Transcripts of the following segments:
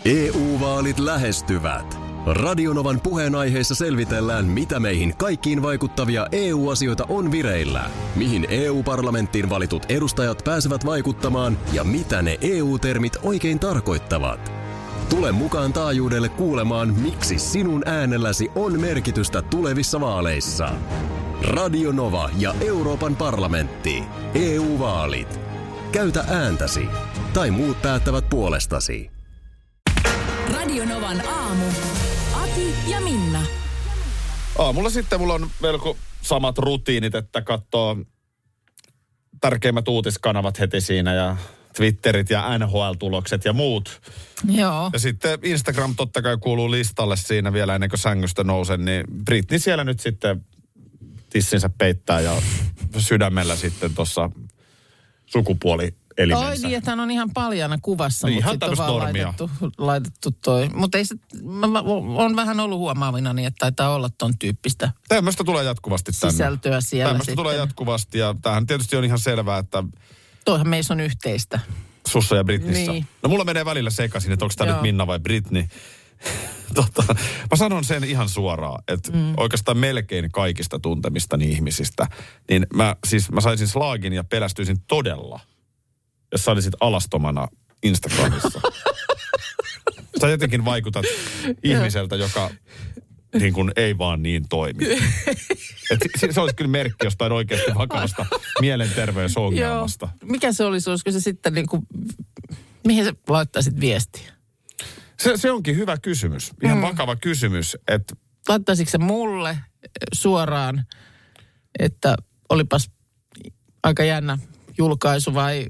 EU-vaalit lähestyvät. Radionovan puheenaiheessa selvitellään, mitä meihin kaikkiin vaikuttavia EU-asioita on vireillä, mihin EU-parlamenttiin valitut edustajat pääsevät vaikuttamaan ja mitä ne EU-termit oikein tarkoittavat. Tule mukaan taajuudelle kuulemaan, miksi sinun äänelläsi on merkitystä tulevissa vaaleissa. Radio Nova ja Euroopan parlamentti. EU-vaalit. Käytä ääntäsi. Tai muut päättävät puolestasi. Radio Novan aamu. Ati ja Minna. Aamulla sitten mulla on melko samat rutiinit, että katsoo tärkeimmät uutiskanavat heti siinä ja Twitterit ja NHL-tulokset ja muut. Joo. Ja sitten Instagram totta kai kuuluu listalle siinä vielä ennen kuin sängystä nousen, niin Britney siellä nyt sitten tissinsä peittää ja sydämellä sitten tuossa sukupuolielimensä. Oi niin, että hän on ihan paljana kuvassa, niin, mutta sitten on vaan laitettu toi. Mutta ei se, mä oon vähän ollut huomaavina niin, että taitaa olla ton tyyppistä tämmöistä tulee jatkuvasti tänne. Sisältöä siellä tämmöistä tulee jatkuvasti ja tämähän tietysti on ihan selvää, että toihan meissä on yhteistä. Sussa ja Britnissä. Niin. No mulla menee välillä sekaisin, että onko tämä nyt Minna vai Britney. Mä sanon sen ihan suoraan, että oikeastaan melkein kaikista tuntemistani ihmisistä, niin mä saisin slaagin ja pelästyisin todella, jos sä olisit alastomana Instagramissa. Sä jotenkin vaikutat ihmiseltä, joka niin kuin ei vaan niin toimi. Se olisi kyllä merkki jostain oikeasti vakavasta mielenterveysongelmasta. Joo. Mikä se olisi? Olisiko se sitten niin kuin, mihin sä laittaisit viestiä? Se onkin hyvä kysymys. Ihan vakava kysymys. Että laittaisitko se mulle suoraan, että olipas aika jännä julkaisu vai?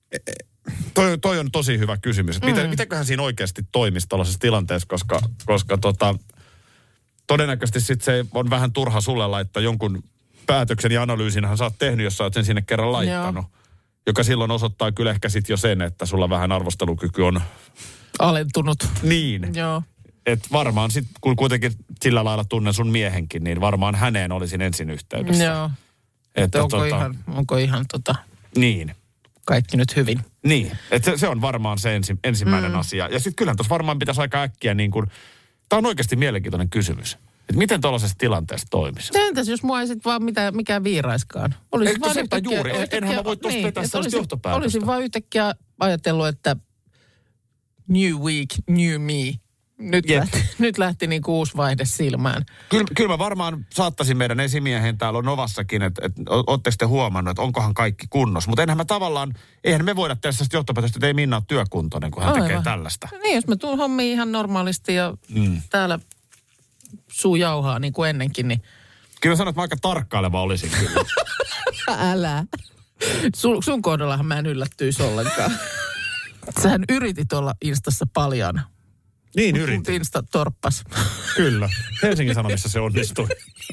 Toi on tosi hyvä kysymys. Mitenköhän siinä oikeasti toimisi tällaisessa tilanteessa, koska todennäköisesti sitten se on vähän turha sulle laittaa jonkun päätöksen ja analyysinhän sä oot tehnyt, jos sä oot sen sinne kerran laittanut. Joo. Joka silloin osoittaa kyllä ehkä sitten jo sen, että sulla vähän arvostelukyky on alentunut. Niin. Joo. Että varmaan sitten, kun kuitenkin sillä lailla tunnen sun miehenkin, niin varmaan häneen olisin ensin yhteydessä. Joo. Että onko ihan niin. Kaikki nyt hyvin. Niin. Että se on varmaan se ensimmäinen asia. Ja sitten kyllähän tuossa varmaan pitäisi aika äkkiä niin kuin, tämä on oikeasti mielenkiintoinen kysymys. Että miten tuollaisessa tilanteessa toimisi? Entäs jos mua ei sitten vaan mikään viiraiskaan? Eikö sepä juuri? Enhän mä voi tuosta vetää sellaista johtopäätöstä. Olisin vaan yhtäkkiä ajatellut, että new week, new me. Nyt lähti niin kuin uusi vaihde silmään. Kyllä mä varmaan saattaisin meidän esimiehen täällä on Novassakin, että ootteko te huomannut, että onkohan kaikki kunnossa. Mutta eihän me voida tehdä sellaista johtopäätöstä, että ei Minna ole työkuntoinen, kun hän tekee tällaista. Niin, jos mä tuun hommiin ihan normaalisti ja täällä suu jauhaa niin kuin ennenkin, niin kyllä mä sanon, että mä aika tarkkaileva olisin kyllä. Älä. Sun kohdallahan mä en yllättyisi ollenkaan. Sähän yritit olla Instassa paljana. Niin yritin. Insta torppas. Kyllä. Helsingin Sanomissa se onnistui.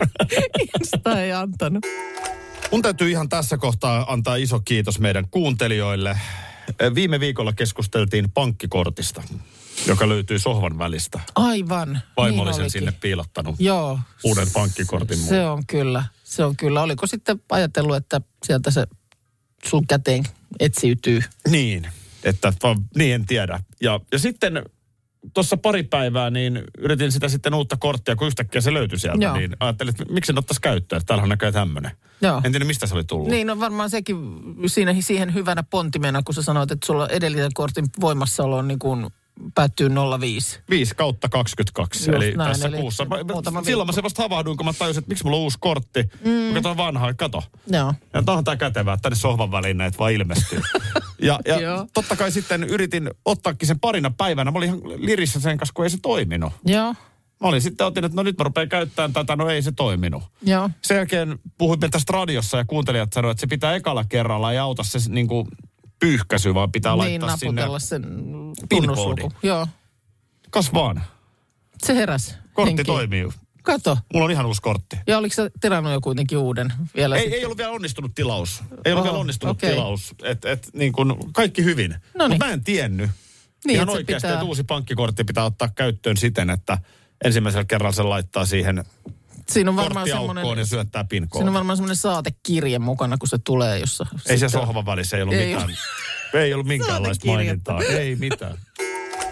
Insta ei antanut. Mun täytyy ihan tässä kohtaa antaa iso kiitos meidän kuuntelijoille. Viime viikolla keskusteltiin pankkikortista, joka löytyy sohvan välistä. Aivan. Vaimo oli sen sinne piilottanut. Joo. Uuden pankkikortin muun. Se on kyllä. Oliko sitten ajatellut, että sieltä se sun käteen etsiytyy? Niin, niin en tiedä. Ja sitten tuossa pari päivää niin yritin sitä sitten uutta korttia, kun yhtäkkiä se löytyi sieltä. Joo. Niin ajattelin, että miksi en ottaisi käyttöön, että täällähän näkee tämmöinen. Joo. En tiedä, mistä se oli tullut. Niin, no varmaan sekin siihen hyvänä pontimena, kun sä sanoit, että sulla edellisen kortin voimassaolo on niin kuin päättyy 05. 5/22. Eli näin, tässä kuussa. Silloin mä se vasta havahduin, kun mä tajusin, että miksi mulla on uusi kortti. Kato vanhaa, kato. Joo. Ja tämähän tää kätevää, että tänne sohvan väliin näitä vaan ilmestyy. ja totta kai sitten yritin ottaakin sen parina päivänä. Mä olin ihan lirissä sen kanssa, kun ei se toiminut. Joo. Mä otin, että no nyt mä rupean käyttämään tätä, no ei se toiminut. Joo. Sen jälkeen puhuimme tästä radiossa ja kuuntelijat sanoivat, että se pitää ekalla kerralla ei auta se niinku pyyhkäisy, vaan pitää laittaa sinne sen tunnusluku. Joo. Kas vaan. Se heräs. Kortti toimii. Kato. Mulla on ihan uusi kortti. Ja oliko sä tilannut jo kuitenkin uuden vielä? Ei ollut vielä onnistunut tilaus. Tilaus. Niin kuin kaikki hyvin. Mutta mä en tiennyt. Niin, ihan oikeasti, että uusi pankkikortti pitää ottaa käyttöön siten, että ensimmäisellä kerralla se laittaa siihen korttiaukkoon ja syöttää PIN-koodin. Siinä on varmaan semmoinen saatekirje mukana, kun se tulee, jossa ei se sohvan välissä, ei ollut mitään. Ei ollut minkäänlaista mainintaa. Ei mitään.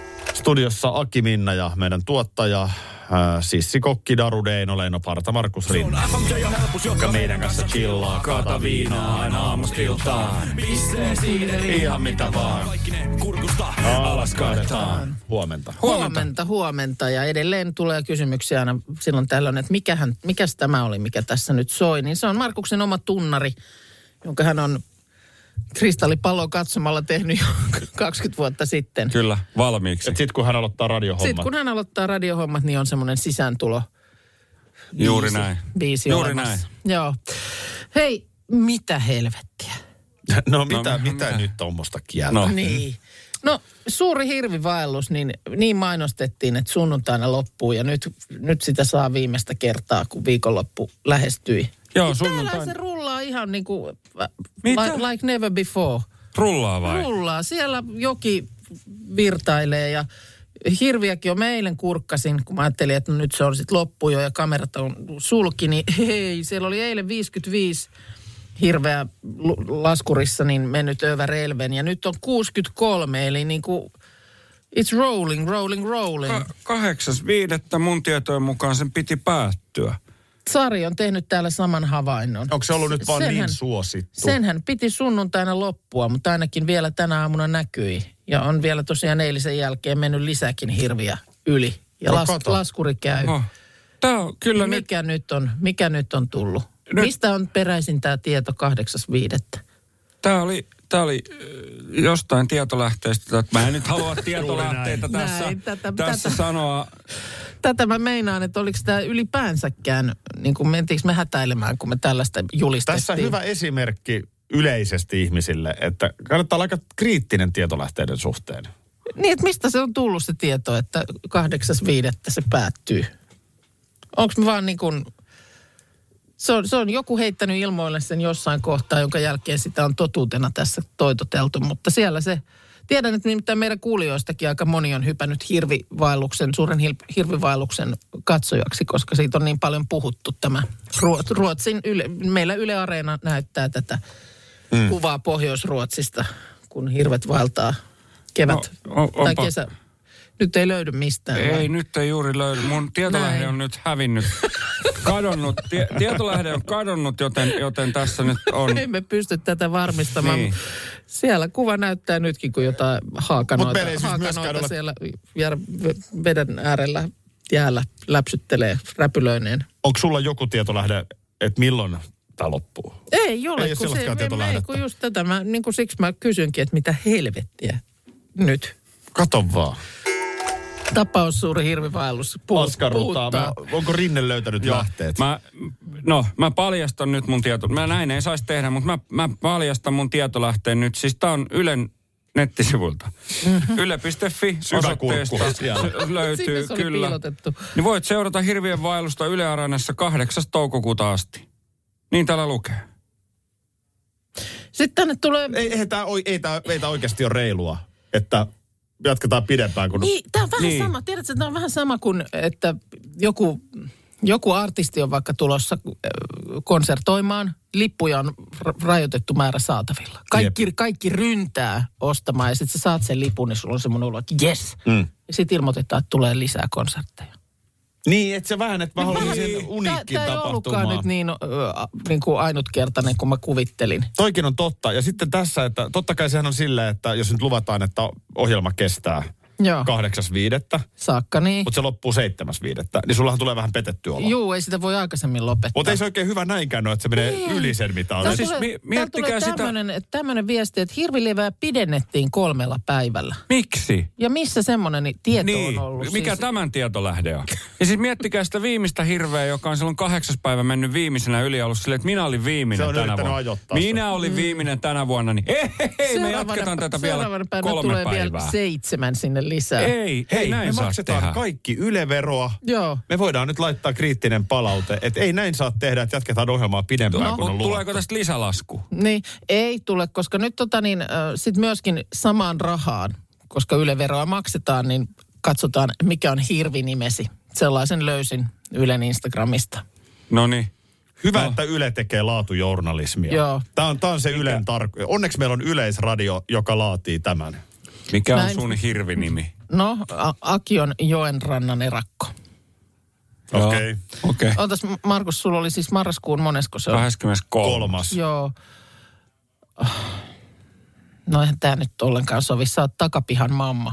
Studiossa Aki Minna ja meidän tuottaja Sissi Kokki, Daru Deino, Leino Parta, Markus Rinne. Joka meidän kanssa chillaa, kaata viinaa aina aamusta iltaan. Pissee siideri, ihan mitä vaan. Alas kaadetaan. Huomenta. Ja edelleen tulee kysymyksiä aina silloin tällöin, että mikäs tämä oli, mikä tässä nyt soi. Niin se on Markuksen oma tunnari, jonka hän on kristallipalloa katsomalla tehnyt jo 20 vuotta sitten. Kyllä, valmiiksi. Sitten kun hän aloittaa radiohommat. Niin on semmoinen sisääntulo. Juuri näin. Biisi Juuri olemassa. Näin. Joo. Hei, mitä helvettiä? No mitä nyt tommoista kieltä? No. Niin. No, suuri hirvivaellus, niin mainostettiin, että sunnuntaina loppuu ja nyt sitä saa viimeistä kertaa, kun viikonloppu lähestyi. Joo, Täällä se rullaa ihan niin kuin like never before. Rullaa vai? Rullaa. Siellä joki virtailee ja hirviäkin jo eilen kurkkasin, kun mä ajattelin, että nyt se on sitten loppu jo ja kamerat on sulki, niin hei, siellä oli eilen 55 hirveä laskurissa niin mennyt over elven ja nyt on 63, eli niin kuin it's rolling. 8.5. mun tietojen mukaan sen piti päättyä. Sari on tehnyt täällä saman havainnon. Onko se ollut nyt vaan niin suosittu? Senhän piti sunnuntaina loppua, mutta ainakin vielä tänä aamuna näkyi. Ja on vielä tosiaan eilisen jälkeen mennyt lisäkin hirviä yli. Ja laskuri käy. Tää on kyllä mikä nyt on tullut? Mistä on peräisin tämä tieto 8.5.? Tämä oli jostain tietolähteestä. Mä en nyt halua tietolähteitä tässä sanoa. Tätä mä meinaan, että oliko tämä ylipäänsäkään, niin kuin mentiinkö me hätäilemään, kun me tällaista julistettiin. Tässä hyvä esimerkki yleisesti ihmisille, että kannattaa olla aika kriittinen tietolähteiden suhteen. Niin, että mistä se on tullut se tieto, että 8.5. se päättyy? Onko me vaan niin kuin... Se on joku heittänyt ilmoille sen jossain kohtaa, jonka jälkeen sitä on totuutena tässä toitoteltu, mutta siellä se... Tiedän, että nimittäin meidän kuulijoistakin aika moni on hypännyt suuren hirvivaelluksen katsojaksi, koska siitä on niin paljon puhuttu tämä Ruotsin, meillä Yle Areena näyttää tätä kuvaa Pohjois-Ruotsista, kun hirvet vaeltaa kevät tai kesä. Nyt ei löydy mistään. Ei, nyt ei juuri löydy. Mun tietolähde on nyt hävinnyt. Kadonnut. Tietolähde on kadonnut, joten tässä nyt on... Emme pysty tätä varmistamaan. Niin. Siellä kuva näyttää nytkin, kun jotain haakanoita siellä veden äärellä jäällä läpsyttelee räpylöineen. Onko sulla joku tietolähde, että milloin tämä loppuu? Ei ole, kun just tätä. Siksi mä kysynkin, että mitä helvettiä nyt. Kato vaan. Tapaus suuri hirvivaellus. Askarruttaa. Onko Rinne löytänyt lähteet? Mä paljastan nyt mun tieto. Näin ei saisi tehdä, mutta mä paljastan mun tietolähteen nyt. Siis tää on Ylen nettisivuilta. Yle.fi osoitteesta löytyy kyllä. Niin voit seurata hirvien vaellusta Yle Areenassa 8. toukokuuta asti. Niin täällä lukee. Sitten tänne tulee... Ei tää oikeasti ole reilua, että... Jatketaan pidempään kuin... Niin, tämä on vähän sama. Tiedätkö, tämä on vähän sama kuin, että joku artisti on vaikka tulossa konsertoimaan. Lippuja on rajoitettu määrä saatavilla. Kaikki ryntää ostamaan ja sitten sä saat sen lipun, niin sulla on semmoinen olo, että yes. Ja sitten ilmoitetaan, että tulee lisää konsertteja. Niin, että se vähän, että mä haluaisin sen uniikkiin tapahtumaan. Tämä ei ollutkaan nyt niin kuin ainutkertainen, kun mä kuvittelin. Toikin on totta. Ja sitten tässä, että totta kai sehän on silleen, että jos nyt luvataan, että ohjelma kestää 8.5. saakka, niin. Mutta se loppuu 7.5. Niin sullahan tulee vähän petetty olla. Juu, ei sitä voi aikaisemmin lopettaa. Mutta ei se oikein hyvä näinkään ole, että se menee yli sen, mitä on. Siis miettikää sitä. Tämmöinen viesti, että hirvileveä pidennettiin 3 päivällä. Miksi? Ja missä semmoinen tieto on ollut? Mikä siis... tämän tietolähde on? Ja siis miettikää sitä viimeistä hirveä, joka on silloin 8. päivä mennyt viimeisenä ylialussa silleen, että minä olin viimeinen tänä vuonna. Minä olin viimeinen tänä vuonna, niin me jatketaan tätä vielä 3 päivää. Tulee vielä 7 sinne lisää. Ei näin me saa maksetaan tehdä. kaikki Yle-veroa. Joo. Me voidaan nyt laittaa kriittinen palaute, että ei näin saa tehdä, että jatketaan ohjelmaa pidempään kuin on luvattu. Tuleeko tästä lisälasku? Niin, ei tule, koska nyt sit myöskin samaan rahaan, koska Yle-veroa maksetaan, niin katsotaan, mikä on hirvinimesi. Sellaisen löysin Ylen Instagramista. Noniin. Hyvä, että Yle tekee laatujournalismia. Joo. Tämä on se Ylen onneksi meillä on Yleisradio, joka laatii tämän. Mikä on sun hirvinimi? No, Akion joenrannan erakko. Okei. Ootas, Markus, sulla oli siis marraskuun monesko se on? 23. Joo. No eihän tää nyt ollenkaan sovi. Sä oot takapihan mamma.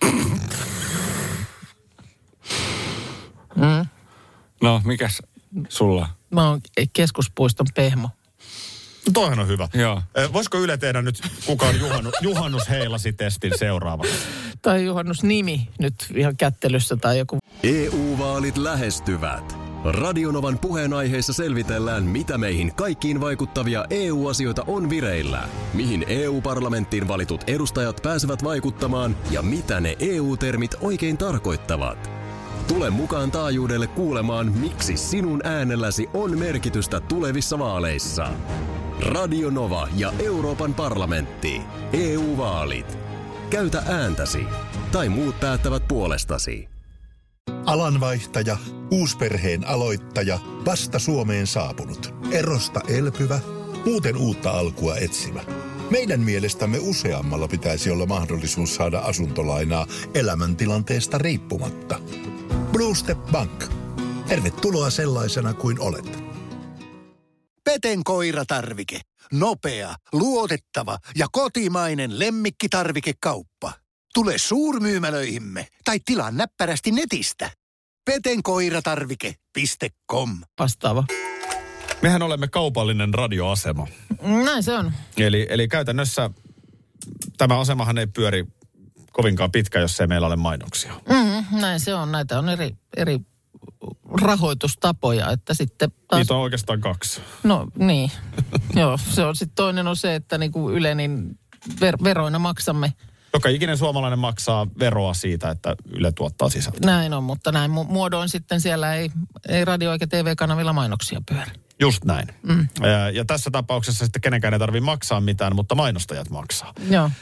No, mikäs sulla? Mä oon keskuspuiston pehmo. Toihan on hyvä. Joo. Voisiko Yle tehdä nyt kukaan juhannusheilasi-testin seuraavaksi? Tai juhannusnimi nyt ihan kättelyssä tai joku. EU-vaalit lähestyvät. Radionovan puheenaiheessa selvitellään, mitä meihin kaikkiin vaikuttavia EU-asioita on vireillä, mihin EU-parlamenttiin valitut edustajat pääsevät vaikuttamaan ja mitä ne EU-termit oikein tarkoittavat. Tule mukaan taajuudelle kuulemaan, miksi sinun äänelläsi on merkitystä tulevissa vaaleissa. Radio Nova ja Euroopan parlamentti. EU-vaalit. Käytä ääntäsi. Tai muut päättävät puolestasi. Alanvaihtaja, uusperheen aloittaja, vasta Suomeen saapunut, erosta elpyvä, muuten uutta alkua etsimä. Meidän mielestämme useammalla pitäisi olla mahdollisuus saada asuntolainaa elämäntilanteesta riippumatta. Blue Step Bank. Tervetuloa sellaisena kuin olet. Peten koiratarvike. Nopea, luotettava ja kotimainen lemmikkitarvikekauppa. Tule suurmyymälöihimme tai tilaa näppärästi netistä. petenkoiratarvike.com. Vastaava. Mehän olemme kaupallinen radioasema. Näin se on. Eli käytännössä tämä asemahan ei pyöri kovinkaan pitkä, jos ei meillä ole mainoksia. Näin se on. Näitä on eri rahoitustapoja, että sitten taas... Niitä on oikeastaan 2. No niin. Joo, se on sitten toinen on se, että niinku Yle niin veroina maksamme. Joka ikinen suomalainen maksaa veroa siitä, että Yle tuottaa sisältöä. Näin on, mutta näin muodoin sitten siellä ei radio- eikä TV-kanavilla mainoksia pyöri. Just näin. Ja tässä tapauksessa sitten kenenkään ei tarvitse maksaa mitään, mutta mainostajat maksaa. Joo.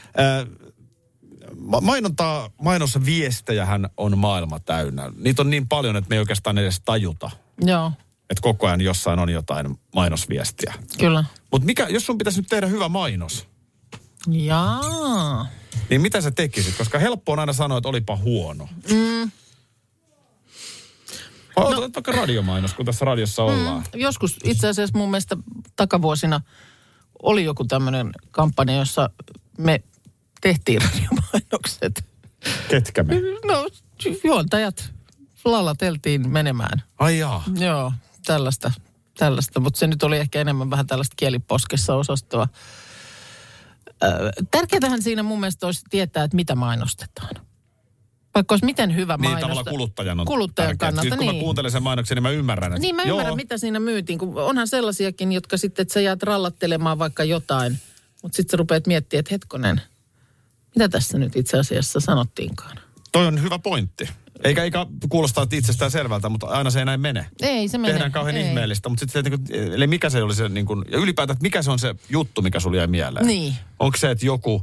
Mainosviestejähän on maailma täynnä. Niitä on niin paljon, että me ei oikeastaan edes tajuta. Joo. Että koko ajan jossain on jotain mainosviestiä. Kyllä. Mutta jos sun pitäisi nyt tehdä hyvä mainos, jaa, niin mitä sä tekisit? Koska helppo on aina sanoa, että olipa huono. Otat vaikka radiomainos, kun tässä radiossa ollaan. Joskus itse asiassa mun mielestä takavuosina oli joku tämmöinen kampanja, jossa me tehtiin radiomainokset. Ketkä me? No, juontajat lallateltiin menemään. Ai jaa. Joo, tällaista. Mutta se nyt oli ehkä enemmän vähän tällaista kieliposkessa osastoa. Tärkeätähän siinä mun mielestä olisi tietää, että mitä mainostetaan. Vaikka olisi miten hyvä niin, mainosta. Niin, tavallaan kuluttajan kannalta. Siis kun mä kuuntelen sen mainoksen, niin mä ymmärrän. Että niin, mä ymmärrän, mitä siinä myytiin. Kun onhan sellaisiakin, jotka sitten, että sä jäät rallattelemaan vaikka jotain. Mutta sitten sä rupeat miettimään, että hetkonen, mitä tässä nyt itse asiassa sanottiinkaan. Toi on hyvä pointti. Eikä kuulostaa itsestään selvältä, mutta aina se ei näin mene. Ei se mene. Tehdään kauhean ihmeellistä, mutta sitten eli mikä se oli se niin kuin, ja ylipäätään, että mikä se on se juttu, mikä sulla jäi mieleen? Niin. Onko se, että joku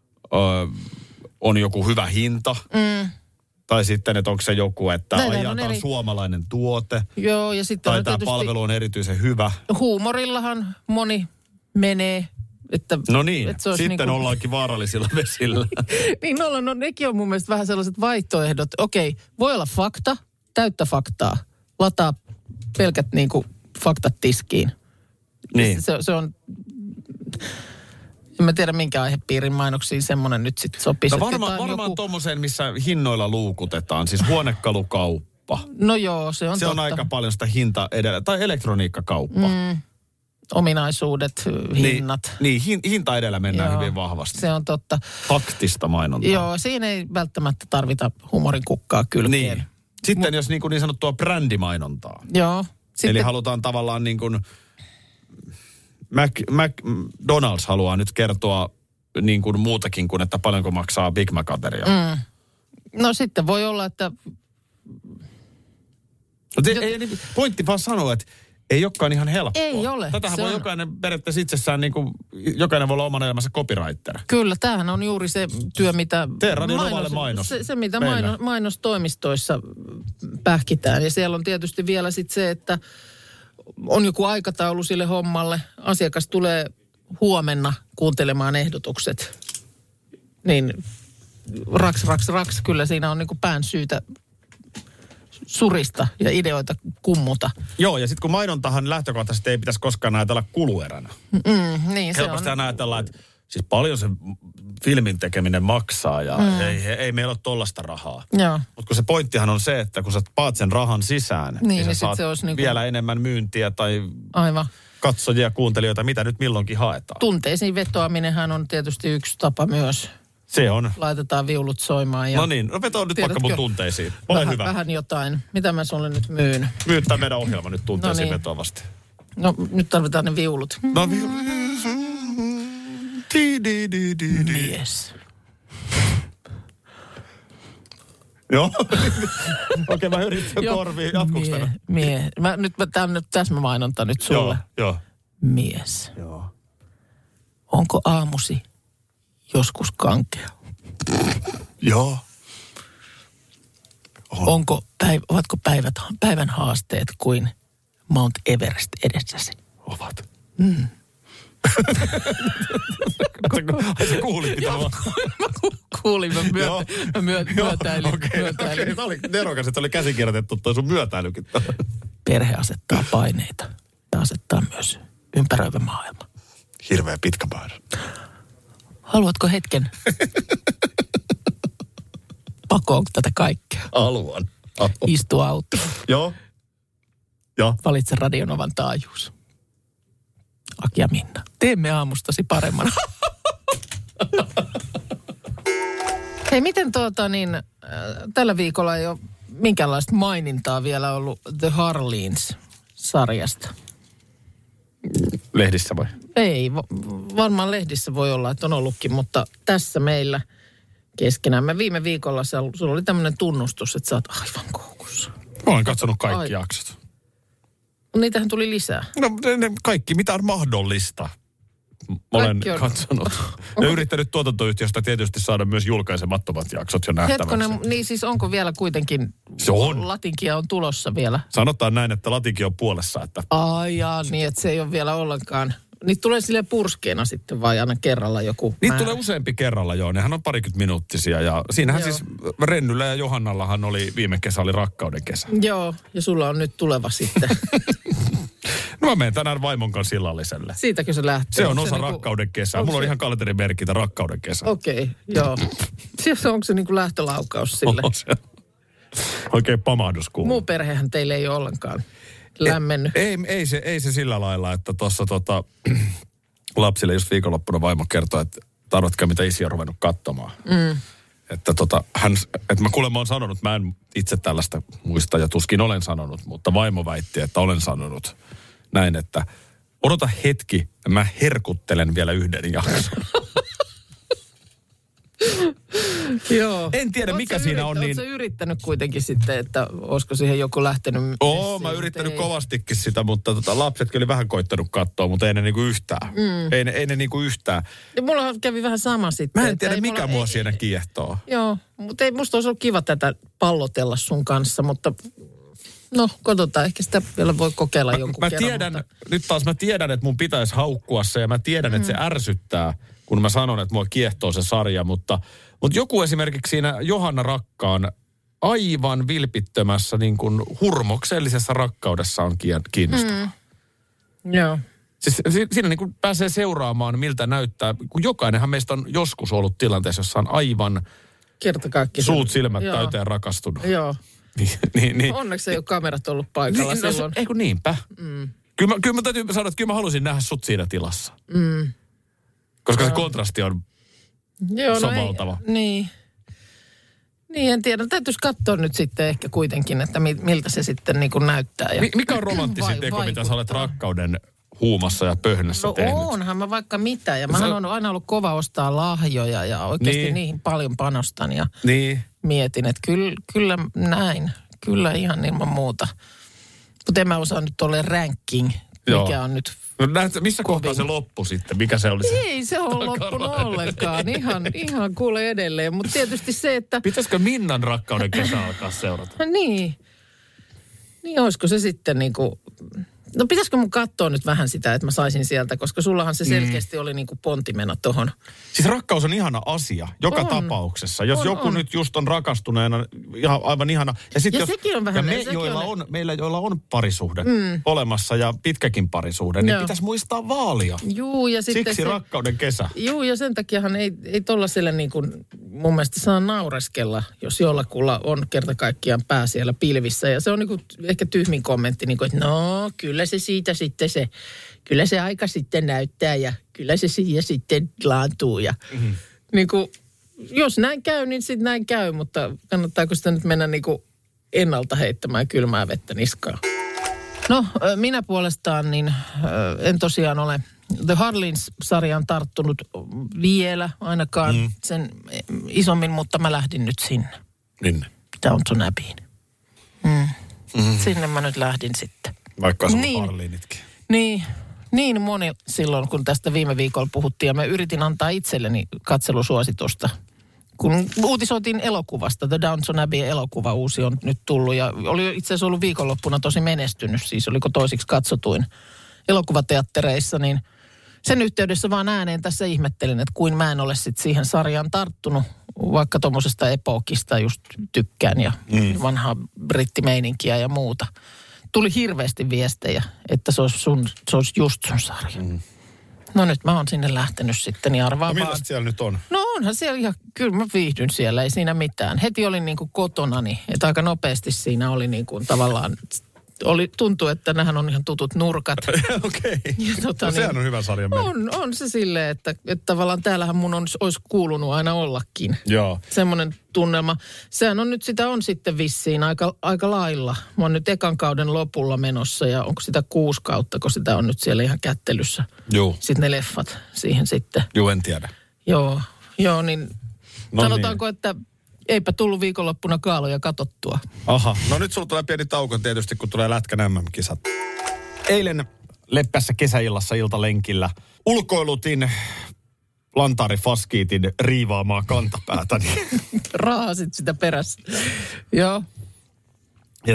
on joku hyvä hinta? Tai sitten, että onko se joku, että tämä on suomalainen tuote? Joo, ja sitten tai tämä palvelu on erityisen hyvä. Huumorillahan moni menee. Että, no niin, että sitten ollaankin vaarallisilla vesillä. Niin, no nekin on mun mielestä vähän sellaiset vaihtoehdot. Okei, voi olla fakta, täyttä faktaa. Lataa pelkät niinku faktat tiskiin. Niin. Se on, en mä tiedä minkä aihepiirin mainoksiin semmoinen nyt sitten sopisi. No varmaan tommoseen, missä hinnoilla luukutetaan, siis huonekalukauppa. No joo, se on Se totta. on aika paljon sitä hinta edellä, tai elektroniikkakauppa. Ominaisuudet, hinnat. Niin, hinta edellä mennään hyvin vahvasti. Se on totta. Faktista mainontaa. Joo, siinä ei välttämättä tarvita humorin kukkaa kylkeen. Niin. Sitten jos niin sanottua brändimainontaa. Joo. Sitten... Eli halutaan tavallaan niin kuin, McDonald's haluaa nyt kertoa niin kuin muutakin kuin, että paljonko maksaa Big Mac-ateria. No sitten voi olla, että... Pointti vaan sanoa, että ei olekaan ihan helppoa. Ei ole. Tätähän voi jokainen periaatteessa itsessään, niin kuin, jokainen voi olla oman elämänsä copywriter. Kyllä, tämähän on juuri se työ, mitä... Tee Radio Novalle mainos. Se mitä mainostoimistoissa pähkitään. Ja siellä on tietysti vielä sitten se, että on joku aikataulu sille hommalle. Asiakas tulee huomenna kuuntelemaan ehdotukset. Niin raks. Kyllä siinä on niin kuin pään syytä surista ja ideoita kummuta. Joo, ja sitten kun mainontahan lähtökohtaisesti ei pitäisi koskaan ajatella kulueränä. Niin se on. Helposti ajatellaan, että siis paljon se filmin tekeminen maksaa ja ei meillä ole tollaista rahaa. Mutta kun se pointtihan on se, että kun sä paat sen rahan sisään, niin sä saat vielä enemmän myyntiä tai katsojia, kuuntelijoita, mitä nyt milloinkin haetaan. Tunteisiin vetoaminenhan on tietysti yksi tapa myös. Se on. Laitetaan viulut soimaan. Ja no niin, vetoa nyt vaikka mun tunteisiin. Ole hyvä. Vähän jotain. Mitä mä sulle nyt myyn? Myyttää meidän ohjelma nyt tunteisiin vetoavasti. No nyt tarvitaan ne viulut. No viulut. Mies. Joo. Okei, mä yritän korviin. Jatkuuko tänne? Mä täsmämainonta nyt sulle. Joo. Mies. Joo. Onko aamusi joskus kankea? Joo. Ovatko päivän haasteet kuin Mount Everest edessäsi? Ovat. Sä kuulit mitä vaan. Mä kuulin, mä myötäilin. Okei. Tämä oli nerokas, että oli käsikirjoitettu toi sun myötäilykin. Perhe asettaa paineita ja asettaa myös ympäröivä maailma. Hirveä pitkä paino. Haluatko hetken pakoon tätä kaikkea? Haluan. Istu autoon. Joo. Valitse Radionovan taajuus. Aki ja Minna, teemme aamustasi paremman. Hei, miten tällä viikolla ei ole minkäänlaista mainintaa vielä ollut The Harleens-sarjasta? Lehdissä vai? Ei, varmaan lehdissä voi olla, että on ollutkin, mutta tässä meillä keskenään. Mä viime viikolla sulla oli tämmöinen tunnustus, että sä oot aivan koukussa. Mä olen katsonut kaikki jaksot. Niitähän tuli lisää. No ne kaikki, mitä on mahdollista. Olen katsonut. Ja yrittänyt tuotantoyhtiöstä tietysti saada myös julkaisemattomat jaksot jo nähtäväksi. Hetkonen, niin siis onko vielä kuitenkin... Se on. Latinkia on tulossa vielä. Sanotaan näin, että latinkin on puolessa, että... Niin että se ei ole vielä ollenkaan... Niitä tulee silleen purskeena sitten vai aina kerralla joku Niitä tulee useampi kerralla, joo. Nehän on 20 minuuttisia ja siinähän siis Rennyllä ja Johannallahan oli viime kesä oli rakkauden kesä. Joo, ja sulla on nyt tuleva sitten. No mä menen tänään vaimon kanssa illalliselle. Siitäkö se lähtee? Se on osa rakkauden kesää. Mulla on ihan kalenterimerkintä rakkauden kesä. Okei, joo. Onko se niinku lähtölaukaus sille? On se. Oikein pamahdus kuuluu. Muu perhehän teille ei ole ollenkaan lämmennyt. Ei se sillä lailla, että tuossa lapsille just viikonloppuna vaimo kertoi, että tarvitkaa mitä isi on ruvennut katsomaan. Että mä kuulemma olen sanonut, mä en itse tällaista muista ja tuskin olen sanonut, mutta vaimo väitti, että olen sanonut näin, että odota hetki, mä herkuttelen vielä yhden jakson. Joo. En tiedä, mikä siinä on. Oletko yrittänyt kuitenkin sitten, että olisiko siihen joku lähtenyt? Mä oon yrittänyt kovastikin sitä, mutta lapsetkin oli vähän koittanut katsoa, mutta ei ne niinku yhtään. Ei ne niinku yhtään. Ja mulla kävi vähän sama sitten. Mä en tiedä, mikä mua siinä kiehtoo. Joo, mutta ei musta olisi ollut kiva tätä pallotella sun kanssa, mutta no, katsotaan. Ehkä sitä vielä voi kokeilla jonkun kerran. Nyt taas mä tiedän, että mun pitäisi haukkua se ja mä tiedän, että se ärsyttää, kun mä sanon, että mua kiehtoo se sarja, mutta joku esimerkiksi siinä Johanna Rakkaan aivan vilpittömässä niin kuin hurmoksellisessa rakkaudessa on kiinnostava. Joo. Siis siinä niin kuin pääsee seuraamaan, miltä näyttää, kun jokainenhan meistä on joskus ollut tilanteessa, jossa on aivan suut silmät täyteen rakastunut. Joo. niin. Onneksi ei ole kamerat ollut paikalla silloin. Eikö niinpä? Kyllä mä täytyy sanoa, että kyllä mä halusin nähdä sut siinä tilassa. Koska se kontrasti on valtava. Niin, en tiedä. Täytyisi katsoa nyt sitten ehkä kuitenkin, että miltä se sitten niin kuin näyttää. Ja mikä on romanttisin teko, mitä sä olet rakkauden huumassa ja pöhnässä tehnyt? No onhan mä vaikka mitä. Ja mä olen aina ollut kova ostaa lahjoja ja oikeasti niihin paljon panostan. Ja mietin, että kyllä näin. Kyllä ihan ilman muuta. Mutta en mä osaa nyt ole ranking, mikä on nyt... No missä kohtaa se loppui sitten? Mikä se oli se? Ei se ole loppunut ollenkaan. Ihan kuule edelleen. Mutta tietysti se, että... Pitäisikö Minnan rakkauden kesä alkaa seurata? Niin, olisiko se sitten niinku No pitäisikö mun katsoa nyt vähän sitä, että mä saisin sieltä, koska sullahan se selkeästi oli niin kuin pontimena tohon. Siis rakkaus on ihana asia, joka tapauksessa. Jos joku nyt just on rakastuneena, aivan ihana. Ja sekin on vähän... Meillä, joilla on parisuhde olemassa ja pitkäkin parisuhde, niin pitäisi muistaa vaalia. Juu, ja sitten siksi rakkauden kesä. Juu, ja sen takiahan ei tollaselle niin kuin mun mielestä saa naureskella, jos jollakulla on kerta kaikkiaan pää siellä pilvissä. Ja se on niin kuin ehkä tyhmin kommentti, niin kuin, että no, kyllä se siitä sitten kyllä se aika sitten näyttää ja kyllä se siitä sitten laantuu. Ja niin kuin, jos näin käy, niin sitten näin käy, mutta kannattaako sitä nyt mennä niin kuin ennalta heittämään kylmää vettä niskaan? No, minä puolestaan niin en tosiaan ole The Harlins-sarjaan tarttunut vielä ainakaan sen isommin, mutta mä lähdin nyt sinne. Minne? Downton Abbeyhin. Sinne mä nyt lähdin sitten. Vaikka on Harlinitkin. Niin moni silloin, kun tästä viime viikolla puhuttiin ja mä yritin antaa itselleni katselusuositusta. Kun uutisoitiin elokuvasta, The Downton Abbey-elokuva uusi on nyt tullut ja oli itse asiassa ollut viikonloppuna tosi menestynyt, siis oliko toisiksi katsotuin elokuvateattereissa, niin sen yhteydessä vaan ääneen tässä ihmettelin, että kuin mä en ole sitten siihen sarjaan tarttunut, vaikka tuommoisesta epookista just tykkään ja vanhaa brittimeininkiä ja muuta. Tuli hirveästi viestejä, että se olisi just sun sarja. No nyt mä oon sinne lähtenyt sitten ja arvaan vaan. Millaista siellä nyt on? No onhan siellä ihan, kyllä mä viihdyn siellä, ei siinä mitään. Heti olin niin kuin kotonani, että aika nopeasti siinä oli niin kuin tavallaan, tuntui, että nämähän on ihan tutut nurkat. Okei. No sehän on hyvä sarja meillä. On se silleen, että tavallaan täällähän mun olisi kuulunut aina ollakin. Joo. Semmoinen tunnelma. Sehän on nyt, sitä on sitten vissiin aika lailla. Mä oon nyt ekan kauden lopulla menossa ja onko sitä 6 kautta, kun sitä on nyt siellä ihan kättelyssä. Joo. Sitten ne leffat siihen sitten. Joo, en tiedä. Joo, niin sanotaanko, että eipä tullut viikonloppuna kaaloja katsottua. Aha, no nyt sulla tulee pieni tauko tietysti, kun tulee Lätkän MM-kisat. Eilen leppässä kesäillassa iltalenkillä ulkoilutin Lantaari Faskiitin riivaamaa kantapäätäni. Raasit sitä perässä. Joo. Ja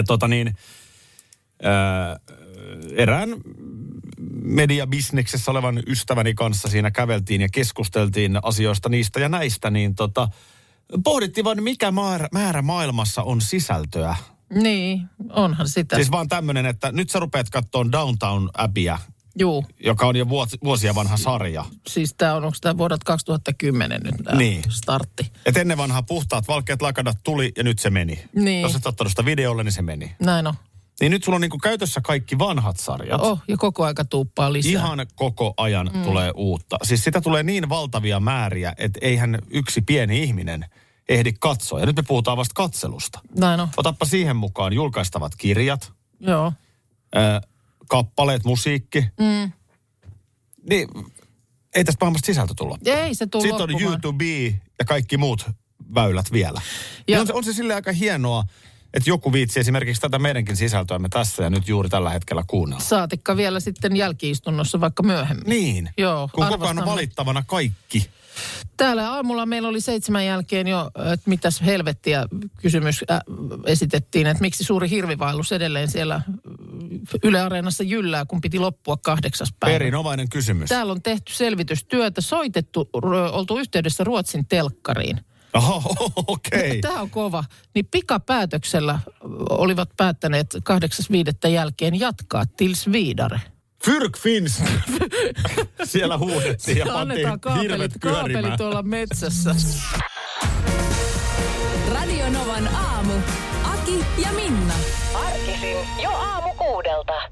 erään mediabisneksessä olevan ystäväni kanssa siinä käveltiin ja keskusteltiin asioista niistä ja näistä, niin pohdittiin vaan, mikä määrä maailmassa on sisältöä. Niin, onhan sitä. Siis vaan tämmöinen, että nyt sä rupeat katsomaan Downton Abbeyä, joka on jo vuosia vanha sarja. Siis onko tämä vuodelta 2010 nyt tämä startti? Et ennen vanhaa puhtaat valkeat lakadat tuli ja nyt se meni. Niin. Jos et ottanut sitä videolle, niin se meni. Näin on. Niin nyt sulla on niinku käytössä kaikki vanhat sarjat. Ja koko aika tuuppaa lisää. Ihan koko ajan tulee uutta. Siis sitä tulee niin valtavia määriä, että eihän yksi pieni ihminen ehdi katsoa. Ja nyt me puhutaan vasta katselusta. Näin on. Otappa siihen mukaan julkaistavat kirjat. Joo. Kappaleet, musiikki. Niin, ei tästä maailmasta sisältö tulla. Ei se tule sitten on YouTube ja kaikki muut väylät vielä. Ja on se silleen aika hienoa, että joku viitsi esimerkiksi tätä meidänkin sisältöämme tässä ja nyt juuri tällä hetkellä kuunnella. Saatikka vielä sitten jälki-istunnossa vaikka myöhemmin. Niin, joo, kun koko ajan on valittavana kaikki. Täällä aamulla meillä oli 7 jälkeen jo, että mitäs helvettiä kysymys esitettiin, että miksi suuri hirvivaellus edelleen siellä Yle Areenassa jyllää, kun piti loppua 8. päivä. Erinomainen kysymys. Täällä on tehty selvitystyötä, oltu yhteydessä Ruotsin telkkariin. Oho, okei. Tämä on kova. Niin pikapäätöksellä olivat päättäneet 8.5. jälkeen jatkaa tills vidare. Fyrk finns! Siellä huudettiin ja pantiin hirvet pyörimään. Kaapelit tuolla metsässä. Radio Novan aamu. Aki ja Minna. Arkisin jo 6:00.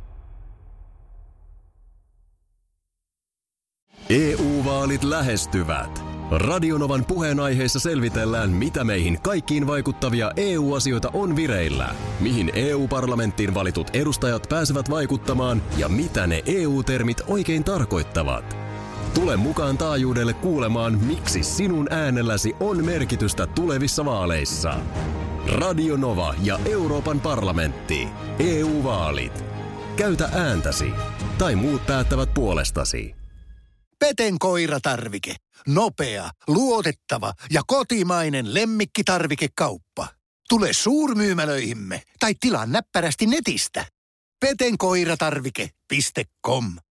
EU-vaalit lähestyvät. Radionovan puheenaiheessa selvitellään, mitä meihin kaikkiin vaikuttavia EU-asioita on vireillä, mihin EU-parlamenttiin valitut edustajat pääsevät vaikuttamaan ja mitä ne EU-termit oikein tarkoittavat. Tule mukaan taajuudelle kuulemaan, miksi sinun äänelläsi on merkitystä tulevissa vaaleissa. Radio Nova ja Euroopan parlamentti. EU-vaalit. Käytä ääntäsi. Tai muut päättävät puolestasi. Peten koiratarvike. Nopea, luotettava ja kotimainen lemmikkitarvikekauppa. Tule suurmyymälöihimme tai tilaa näppärästi netistä. petenkoiratarvike.com.